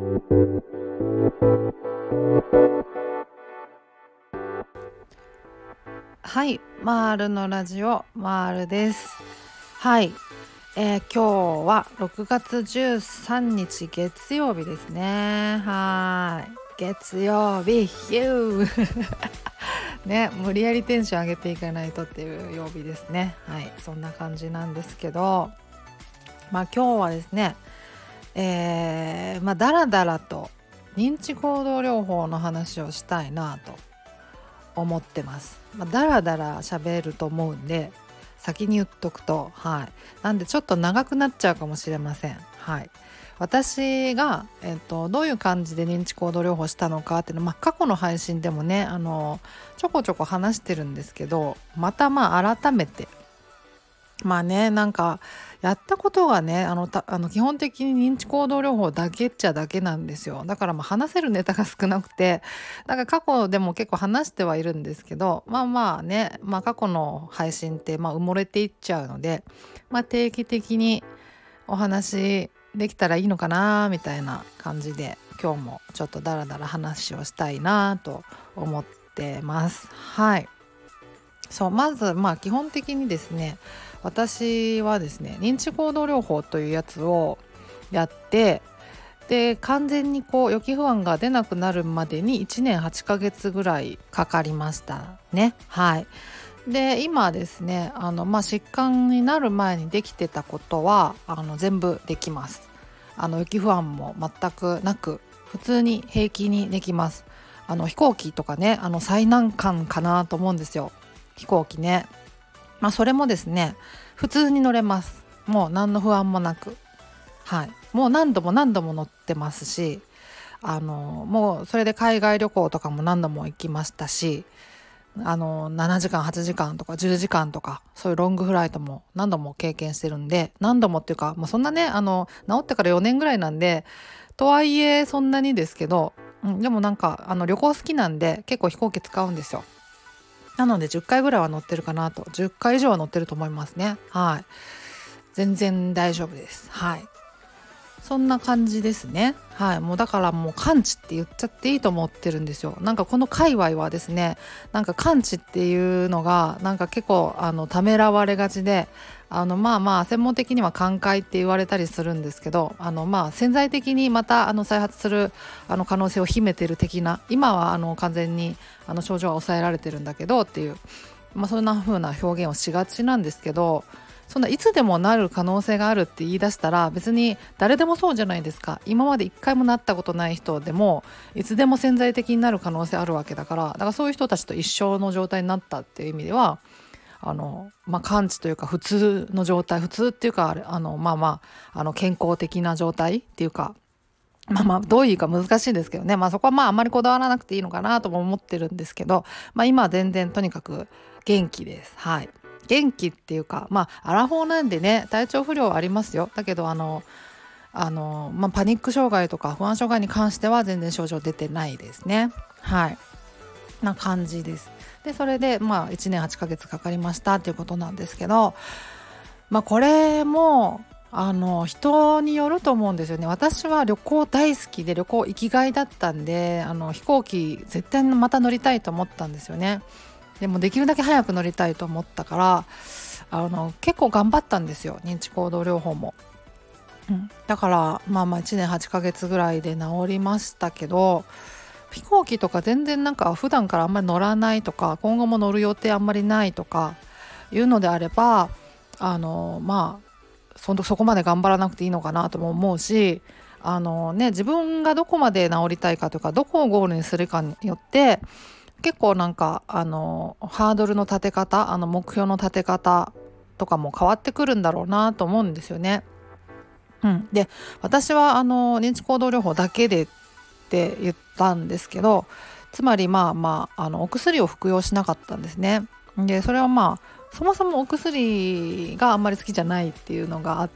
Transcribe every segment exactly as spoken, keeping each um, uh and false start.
はい、マールのラジオマールです。はい、えー、今日はろくがつじゅうさんにち月曜日ですね。はい、月曜日ヒューね、無理やりテンション上げていかないとっていう曜日ですね。はい、そんな感じなんですけど、まあ今日はですね、えー、まあだらだらと認知行動療法の話をしたいなと思ってます。まあ、だらだら喋ると思うんで先に言っとくと、はい、なんでちょっと長くなっちゃうかもしれません。はい、私が、えっと、どういう感じで認知行動療法したのかっていうの、まあ、過去の配信でもねあのちょこちょこ話してるんですけど、またまあ改めてまあね、なんかやったことがねあのたあの基本的に認知行動療法だけっちゃだけなんですよ。だからまあ話せるネタが少なくて、なんか過去でも結構話してはいるんですけど、まあまあね、まあ、過去の配信ってまあ埋もれていっちゃうので、まあ、定期的にお話できたらいいのかなみたいな感じで、今日もちょっとダラダラ話をしたいなと思ってます。はい、そうまずまあ基本的にですね、私はですね認知行動療法というやつをやって、で完全にこう予期不安が出なくなるまでにいちねんはちかげつぐらいかかりましたね。はい、で今ですねあの、まあ、疾患になる前にできてたことはあの全部できます。あの予期不安も全くなく普通に平気にできます。あの飛行機とかね、あの最難関かなと思うんですよ、飛行機ね。まあそれもですね普通に乗れます。もう何の不安もなく、はい、もう何度も何度も乗ってますし、あのもうそれで海外旅行とかも何度も行きましたし、あのななじかんはちじかんとかじゅうじかんとかそういうロングフライトも何度も経験してるんで、何度もっていうか、まあ、そんなねあの治ってからよねんぐらいなんで、とはいえそんなにですけど、うん、でもなんかあの旅行好きなんで結構飛行機使うんですよ。なのでじゅっかいぐらいは乗ってるかなと、じゅっかい以上は乗ってると思いますね。はい、全然大丈夫です。はい、そんな感じですね。はい、もうだからもう完治って言っちゃっていいと思ってるんですよ。なんかこの界隈はですね、なんか完治っていうのがなんか結構あのためらわれがちで、あのまあまあ専門的には寛解って言われたりするんですけど、あのまあ潜在的にまたあの再発するあの可能性を秘めてる的な、今はあの完全にあの症状は抑えられてるんだけどっていう、まあ、そんな風な表現をしがちなんですけど、そんないつでもなる可能性があるって言い出したら別に誰でもそうじゃないですか。今まで一回もなったことない人でもいつでも潜在的になる可能性あるわけだから、だからそういう人たちと一緒の状態になったっていう意味ではあの、まあ、完治というか普通の状態、普通っていうかあれあのまあまああの健康的な状態っていうか、まあまあどういうか難しいですけどね、まあそこはまああんまりこだわらなくていいのかなとも思ってるんですけど、まあ今は全然とにかく元気です。はい、元気っていうか、まあアラフォーなんでね体調不良ありますよ。だけどあのあの、まあ、パニック障害とか不安障害に関しては全然症状出てないですね。はい、な感じです。でそれでまあいちねんはちかげつかかりましたっていうことなんですけど、まあこれもあの人によると思うんですよね。私は旅行大好きで旅行生きがいだったんで、あの飛行機絶対また乗りたいと思ったんですよね。でもできるだけ早く乗りたいと思ったからあの結構頑張ったんですよ、認知行動療法も。うん、だからまあまあいちねんはちかげつぐらいで治りましたけど、飛行機とか全然なんか普段からあんまり乗らないとか今後も乗る予定あんまりないとかいうのであれば、あのまあそそこまで頑張らなくていいのかなとも思うし、あのね自分がどこまで治りたいかとかどこをゴールにするかによって結構なんかあのハードルの立て方、あの目標の立て方とかも変わってくるんだろうなと思うんですよね。うん、で私はあの認知行動療法だけでって言ったんですけど、つまりまあまああのお薬を服用しなかったんですね。でそれはまあそもそもお薬があんまり好きじゃないっていうのがあって、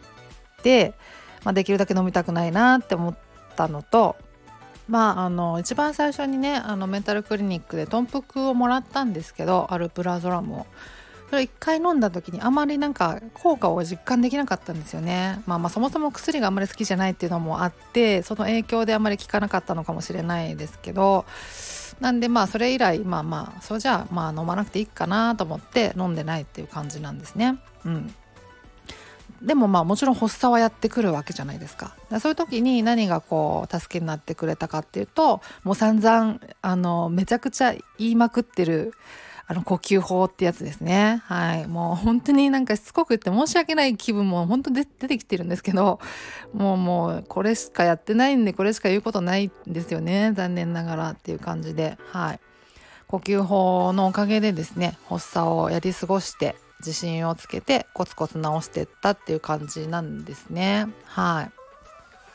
まあ、できるだけ飲みたくないなって思ったのと、まああの一番最初にねあのメンタルクリニックで豚腹をもらったんですけど、アルプラゾラムを。 それいっかい飲んだ時にあまりなんか効果を実感できなかったんですよね。まあまあそもそも薬があんまり好きじゃないっていうのもあって、その影響であんまり効かなかったのかもしれないですけど、なんでまあそれ以来まあまあそれじゃあまあ飲まなくていいかなと思って飲んでないっていう感じなんですね。うん。でもまあもちろん発作はやってくるわけじゃないですか。だからそういう時に何がこう助けになってくれたかっていうと、もう散々あのめちゃくちゃ言いまくってるあの呼吸法ってやつですね。はい、もう本当になんかしつこく言って申し訳ない気分も本当に出てきてるんですけど、もうもうこれしかやってないんでこれしか言うことないんですよね、残念ながらっていう感じで、はい、呼吸法のおかげでですね、発作をやり過ごして自信をつけてコツコツ治していったっていう感じなんですね。はい。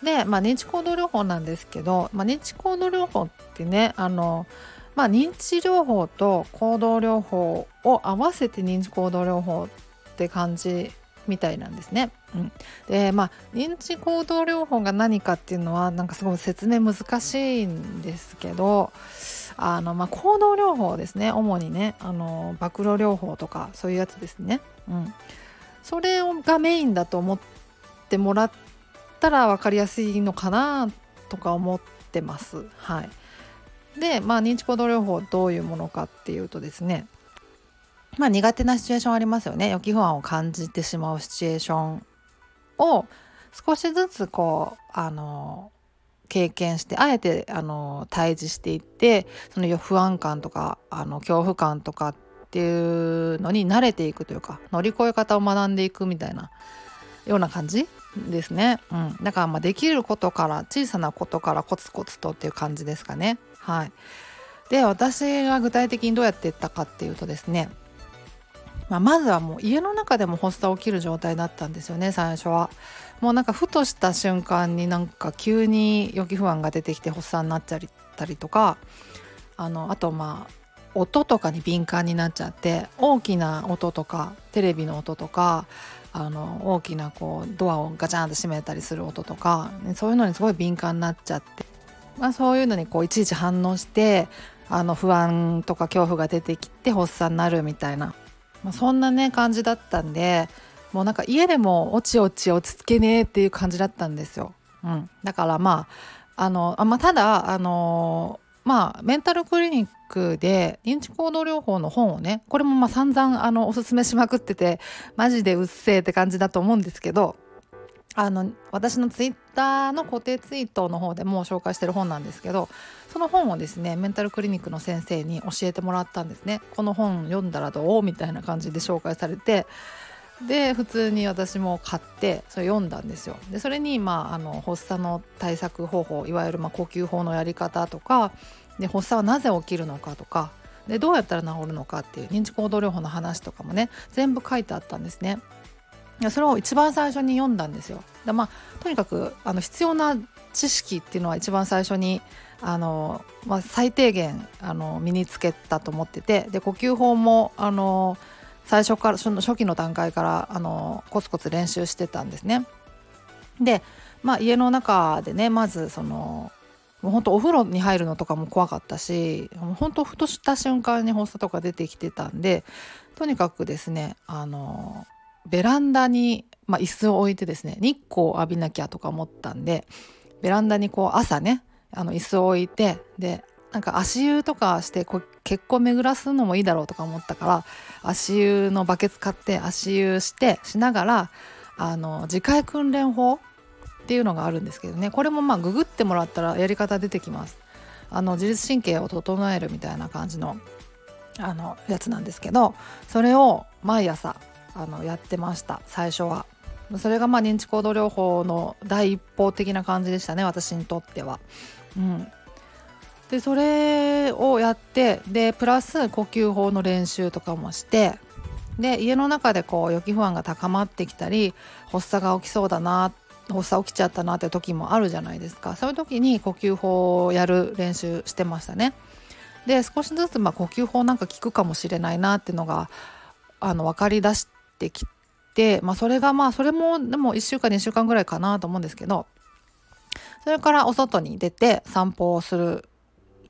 で、まあ、認知行動療法なんですけど、まあ、認知行動療法ってね、あの、まあ、認知療法と行動療法を合わせて認知行動療法って感じみたいなんですね。うん、で、まあ、認知行動療法が何かっていうのはなんかすごい説明難しいんですけど、あの、まあ、行動療法ですね。主にね、あの暴露療法とかそういうやつですね。うん、それがメインだと思ってもらったら分かりやすいのかなとか思ってます。はい。で、まあ、認知行動療法どういうものかっていうとですね、まあ、苦手なシチュエーションありますよね。予期不安を感じてしまうシチュエーションを少しずつこうあの経験してあえてあの対峙していって、その不安感とかあの恐怖感とかっていうのに慣れていくというか、乗り越え方を学んでいくみたいなような感じですね。うん、だからまあできることから小さなことからコツコツとっていう感じですかね。はい。で、私が具体的にどうやっていったかっていうとですね、まあ、まずはもう家の中でも発作起きる状態だったんですよね、最初は。もうなんかふとした瞬間になんか急に予期不安が出てきて発作になっちゃったりとか、あのあとまあ音とかに敏感になっちゃって、大きな音とかテレビの音とか、あの大きなこうドアをガチャンと閉めたりする音とか、そういうのにすごい敏感になっちゃって、まあ、そういうのにこういちいち反応して、あの不安とか恐怖が出てきて発作になるみたいな、まあ、そんなね感じだったんで、もうなんか家でもおちおち落ち着けねえっていう感じだったんですよ。うん、だからまああのあ、まあ、ただあのまあメンタルクリニックで認知行動療法の本をね、これもまあ散々あのおすすめしまくってて、マジでうっせえって感じだと思うんですけど、あの私のツイッターの固定ツイートの方でも紹介してる本なんですけど、その本をですねメンタルクリニックの先生に教えてもらったんですね。この本読んだらどうみたいな感じで紹介されて、で普通に私も買ってそれ読んだんですよ。でそれに、まあ、あの発作の対策方法、いわゆるまあ呼吸法のやり方とかで、発作はなぜ起きるのかとかで、どうやったら治るのかっていう認知行動療法の話とかもね全部書いてあったんですね。いやそれを一番最初に読んだんですよ。で、まあ、とにかくあの必要な知識っていうのは一番最初にあの、まあ、最低限あの身につけたと思ってて、で呼吸法もあの最初からその初期の段階からあのコツコツ練習してたんですね。で、まあ、家の中でねまずそのもう本当お風呂に入るのとかも怖かったし、もう本当ふとした瞬間に発作とか出てきてたんで、とにかくですねあのベランダに、まあ、椅子を置いてですね、日光を浴びなきゃとか思ったんで、ベランダにこう朝ねあの椅子を置いて、でなんか足湯とかしてこう血行巡らすのもいいだろうとか思ったから、足湯のバケツ買って足湯してしながらあの自戒訓練法っていうのがあるんですけどね、これもまあググってもらったらやり方出てきます。あの自律神経を整えるみたいな感じのあのやつなんですけど、それを毎朝あのやってました最初は。それがまあ認知行動療法の第一歩的な感じでしたね、私にとっては。うん、でそれをやって、でプラス呼吸法の練習とかもして、で家の中でこう予期不安が高まってきたり発作が起きそうだな、発作起きちゃったなって時もあるじゃないですか。そういう時に呼吸法をやる練習してましたね。で少しずつまあ呼吸法なんか効くかもしれないなっていうのがあの分かりだしてきて、まあ、それがまあそれもでもいっしゅうかんにしゅうかんぐらいかなと思うんですけど、それからお外に出て散歩をする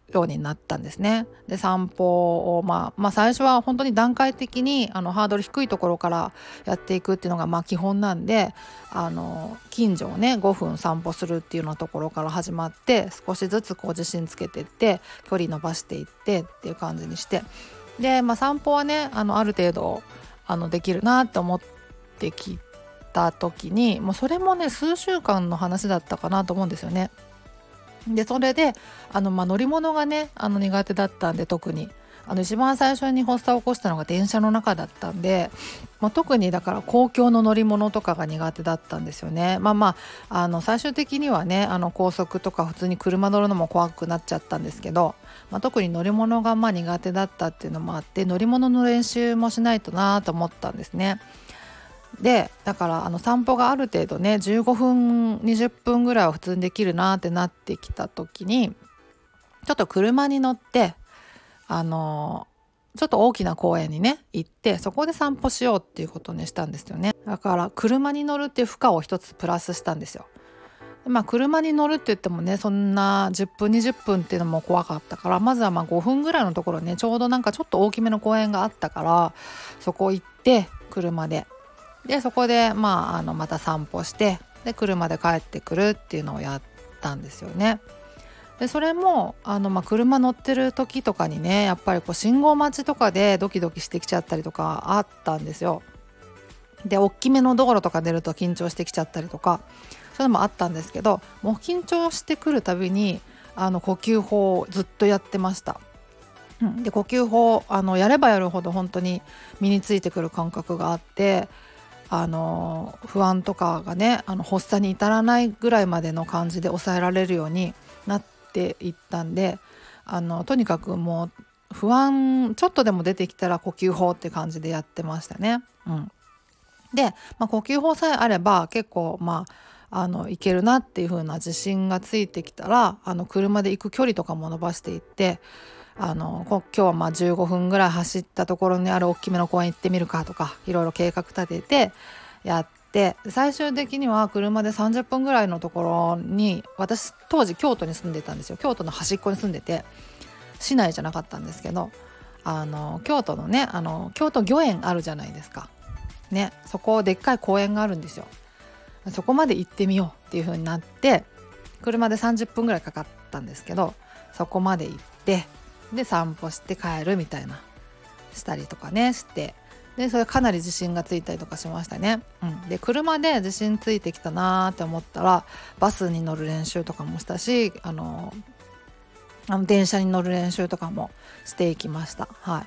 ようになったんですね。で散歩を、まあ、まあ最初は本当に段階的にあのハードル低いところからやっていくっていうのがまあ基本なんで、あの近所をねごふん散歩するっていうようなところから始まって、少しずつこう自信つけていって距離伸ばしていってっていう感じにして、で、まあ、散歩はね あのある程度あのできるなって思ってきた時に、もうそれもね数週間の話だったかなと思うんですよね。でそれであの、まあ、乗り物がねあの苦手だったんで、特にあの一番最初に発作を起こしたのが電車の中だったんで、まあ、特にだから公共の乗り物とかが苦手だったんですよね。まあまああの最終的にはねあの高速とか普通に車乗るのも怖くなっちゃったんですけど、まあ、特に乗り物がまあ苦手だったっていうのもあって、乗り物の練習もしないとなと思ったんですね。でだからあの散歩がある程度ねじゅうごふんにじゅっぷんぐらいは普通にできるなってなってきた時に、ちょっと車に乗ってあのちょっと大きな公園にね行って、そこで散歩しようっていうことにしたんですよね。だから車に乗るっていう負荷を一つプラスしたんですよ。でまあ車に乗るって言ってもねそんなじゅっぷんにじゅっぷんっていうのも怖かったから、まずはまあごふんぐらいのところねちょうどなんかちょっと大きめの公園があったから、そこ行って車ででそこで、まあ、あのまた散歩して、で車で帰ってくるっていうのをやったんですよね。でそれもあの、まあ、車乗ってる時とかにねやっぱりこう信号待ちとかでドキドキしてきちゃったりとかあったんですよ。で大きめの道路とか出ると緊張してきちゃったりとか、そういうのもあったんですけど、もう緊張してくるたびにあの呼吸法をずっとやってました。うん、で呼吸法あのやればやるほど本当に身についてくる感覚があって、あの不安とかがねあの発作に至らないぐらいまでの感じで抑えられるようになっていったんで、あのとにかくもう不安ちょっとでも出てきたら呼吸法って感じでやってましたね。うん、で、まあ、呼吸法さえあれば結構まああのいけるなっていう風な自信がついてきたら、あの車で行く距離とかも伸ばしていって、あのこ今日はまあじゅうごふんぐらい走ったところにある大きめの公園行ってみるかとか、いろいろ計画立ててやって、最終的には車でさんじゅっぷんぐらいのところに、私当時京都に住んでたんですよ。京都の端っこに住んでて、市内じゃなかったんですけど、あの京都のねあの京都御苑あるじゃないですかね。そこでっかい公園があるんですよ。そこまで行ってみようっていう風になって、車でさんじゅっぷんぐらいかかったんですけど、そこまで行ってで散歩して帰るみたいなしたりとかねして、でそれかなり自信がついたりとかしましたね。うん、で車で自信ついてきたなって思ったらバスに乗る練習とかもしたし、あのあの電車に乗る練習とかもしていきました。はい、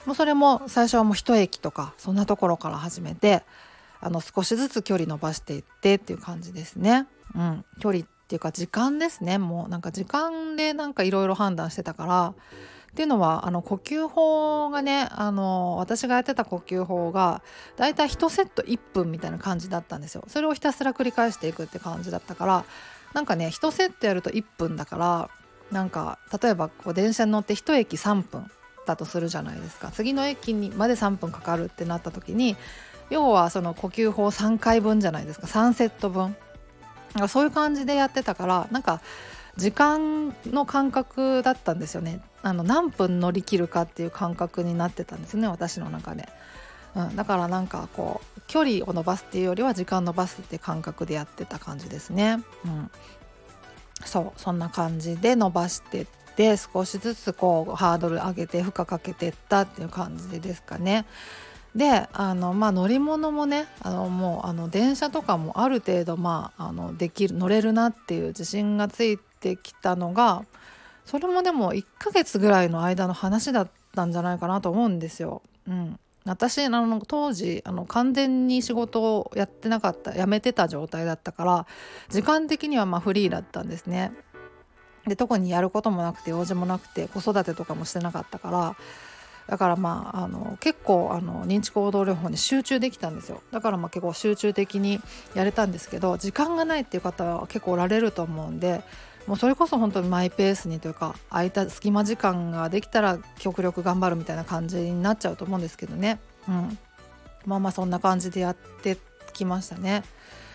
もうそれも最初はもう一駅とかそんなところから始めて、あの少しずつ距離伸ばしていってっていう感じですね。うん、距離っていうか時間ですね。もうなんか時間でなんかいろいろ判断してたから、っていうのはあの呼吸法がね、あの私がやってた呼吸法がだいたいいちセットいっぷんみたいな感じだったんですよ。それをひたすら繰り返していくって感じだったから、なんかねいちセットやるといっぷんだから、なんか例えばこう電車に乗っていち駅さんぷんだとするじゃないですか。次の駅にまでさんぷんかかるってなった時に、要はその呼吸法さんかいぶんじゃないですか。さんセットぶん、なんかそういう感じでやってたから、なんか時間の感覚だったんですよね。あの何分乗り切るかっていう感覚になってたんですね、私の中で。うん、だからなんかこう距離を伸ばすっていうよりは時間伸ばすっていう感覚でやってた感じですね。うん、そうそんな感じで伸ばしてって、少しずつこうハードル上げて負荷かけてったっていう感じですかね。であの、まあ、乗り物もねあのもうあの電車とかもある程度、まあ、あのできる乗れるなっていう自信がついてきたのが、それもでもいっかげつぐらいの間の話だったんじゃないかなと思うんですよ。うん、私あの当時あの完全に仕事をやってなかった辞めてた状態だったから、時間的にはまあフリーだったんですね。で特にやることもなくて用事もなくて子育てとかもしてなかったから、だからまああの結構あの認知行動療法に集中できたんですよ。だからまあ結構集中的にやれたんですけど、時間がないっていう方は結構おられると思うんで、もうそれこそ本当にマイペースにというか、空いた隙間時間ができたら極力頑張るみたいな感じになっちゃうと思うんですけどね。うん、まあまあそんな感じでやってきましたね。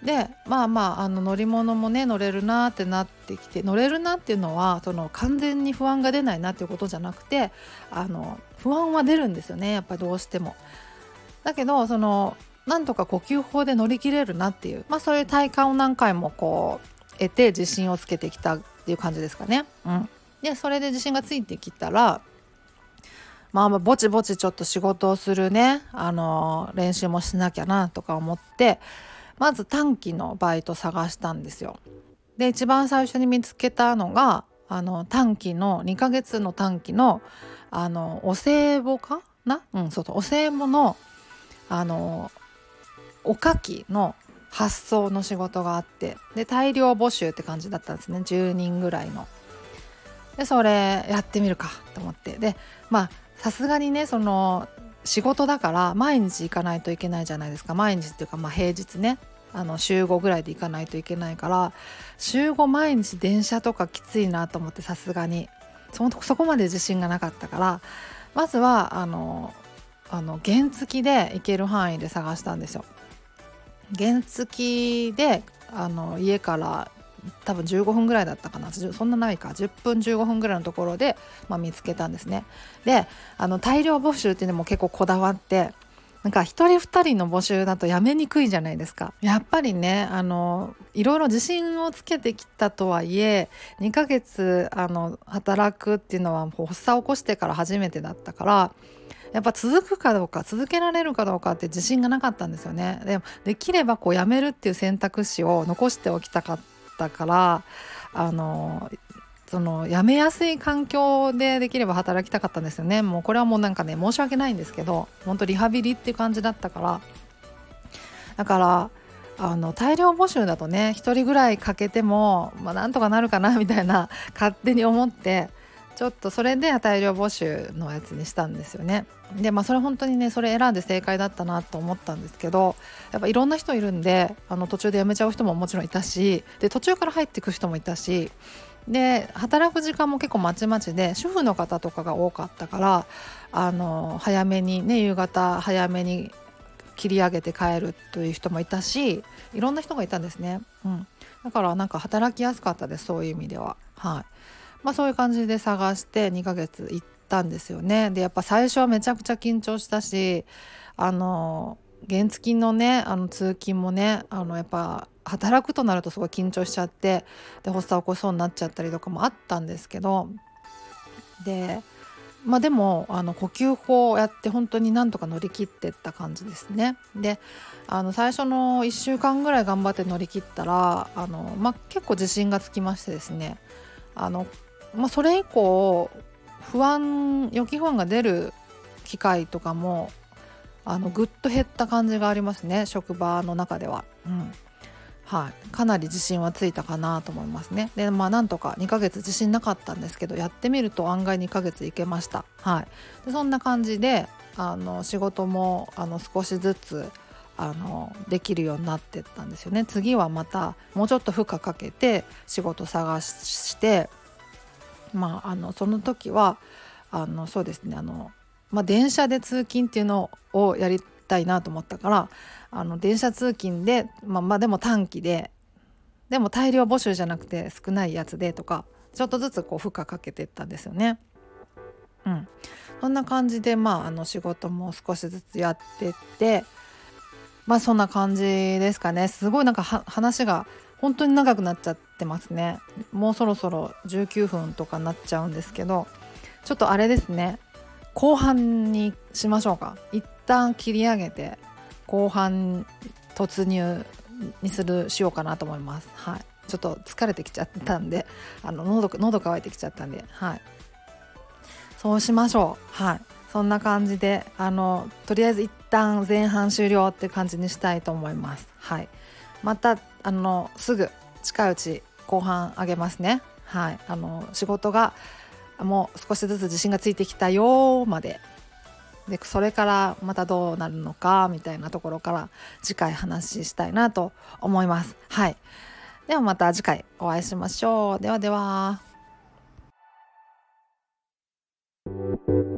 でまあまああの乗り物もね乗れるなってなってきて、乗れるなっていうのはその完全に不安が出ないなっていうことじゃなくて、あの不安は出るんですよね、やっぱりどうしても。だけどそのなんとか呼吸法で乗り切れるなっていう、まあそういう体感を何回もこう得て自信をつけてきたっていう感じですかね。うん、でそれで自信がついてきたら、まあまあぼちぼちちょっと仕事をするね、あの練習もしなきゃなとか思って、まず短期のバイト探したんですよ。で一番最初に見つけたのがあの短期のにかげつの短期のあのお歳暮かな、うんそうそう、お歳暮のあのおかきの発送の仕事があって、で大量募集って感じだったんですね、じゅうにんぐらいの。でそれやってみるかと思って、でまあさすがにねその仕事だから毎日行かないといけないじゃないですか。毎日っていうかまあ平日ね、あの週ごぐらいで行かないといけないから、週ご毎日電車とかきついなと思って、さすがにそそこまで自信がなかったから、まずはあのあの原付で行ける範囲で探したんですよ。原付であの家から多分じゅうごふんぐらいだったかな、そんなないかじゅっぷんじゅうごふんぐらいのところで、まあ、見つけたんですね。であの大量募集っていうのも結構こだわって、なんか一人二人の募集だとやめにくいじゃないですか。やっぱりねあのいろいろ自信をつけてきたとはいえ、にかげつあの働くっていうのは発作を起こしてから初めてだったから、やっぱ続くかどうか続けられるかどうかって自信がなかったんですよね。でもできればこうやめるっていう選択肢を残しておきたかったから、あのその辞めやすい環境でできれば働きたかったんですよね。もうこれはもうなんかね申し訳ないんですけど、本当リハビリっていう感じだったから。だからあの大量募集だとね一人ぐらいかけても、まあ、なんとかなるかなみたいな勝手に思って、ちょっとそれで大量募集のやつにしたんですよね。でまあそれ本当にねそれ選んで正解だったなと思ったんですけど、やっぱいろんな人いるんで、あの途中で辞めちゃう人ももちろんいたし、で途中から入っていく人もいたし、で働く時間も結構まちまちで主婦の方とかが多かったから、あの早めにね夕方早めに切り上げて帰るという人もいたし、いろんな人がいたんですね。うん、だからなんか働きやすかったです、そういう意味では。はい。まあそういう感じで探してにかげつ行ったんですよね。でやっぱ最初はめちゃくちゃ緊張したし、あの原付のねあの通勤もね、あのやっぱ働くとなるとすごい緊張しちゃって、で発作起こしそうになっちゃったりとかもあったんですけど、でまあでもあの呼吸法をやって本当になんとか乗り切ってった感じですね。であの最初のいっしゅうかんぐらい頑張って乗り切ったら、あの、まあ、結構自信がつきましてですね、あの、まあ、それ以降不安予期不安が出る機会とかもあのぐっと減った感じがありますね、職場の中では。うんはい、かなり自信はついたかなと思いますね。でまあなんとかにかげつ自信なかったんですけど、やってみると案外にかげついけました。はい、でそんな感じであの仕事もあの少しずつあのできるようになってったんですよね。次はまたもうちょっと負荷かけて仕事探して、まああのその時はあのそうですねあの、まあ、電車で通勤っていうのをやりたいなと思ったから、あの電車通勤で、まあ、まあでも短期で、でも大量募集じゃなくて少ないやつでとか、ちょっとずつこう負荷かけていったんですよね。うん、そんな感じで、まあ、あの仕事も少しずつやってって、まあそんな感じですかね。すごいなんかは話が本当に長くなっちゃってますね。もうそろそろじゅうきゅうふんとかなっちゃうんですけど、ちょっとあれですね、後半にしましょうか。一旦切り上げて後半突入にするしようかなと思います。はい。ちょっと疲れてきちゃったんで、あの喉喉乾いてきちゃったんで、はい。そうしましょう。はい。そんな感じで、あのとりあえず一旦前半終了って感じにしたいと思います。はい。またあのすぐ近いうち後半上げますね。はい。あの仕事がもう少しずつ自信がついてきたよまで。でそれからまたどうなるのかみたいなところから次回話したいなと思います。はい。ではまた次回お会いしましょう。ではでは。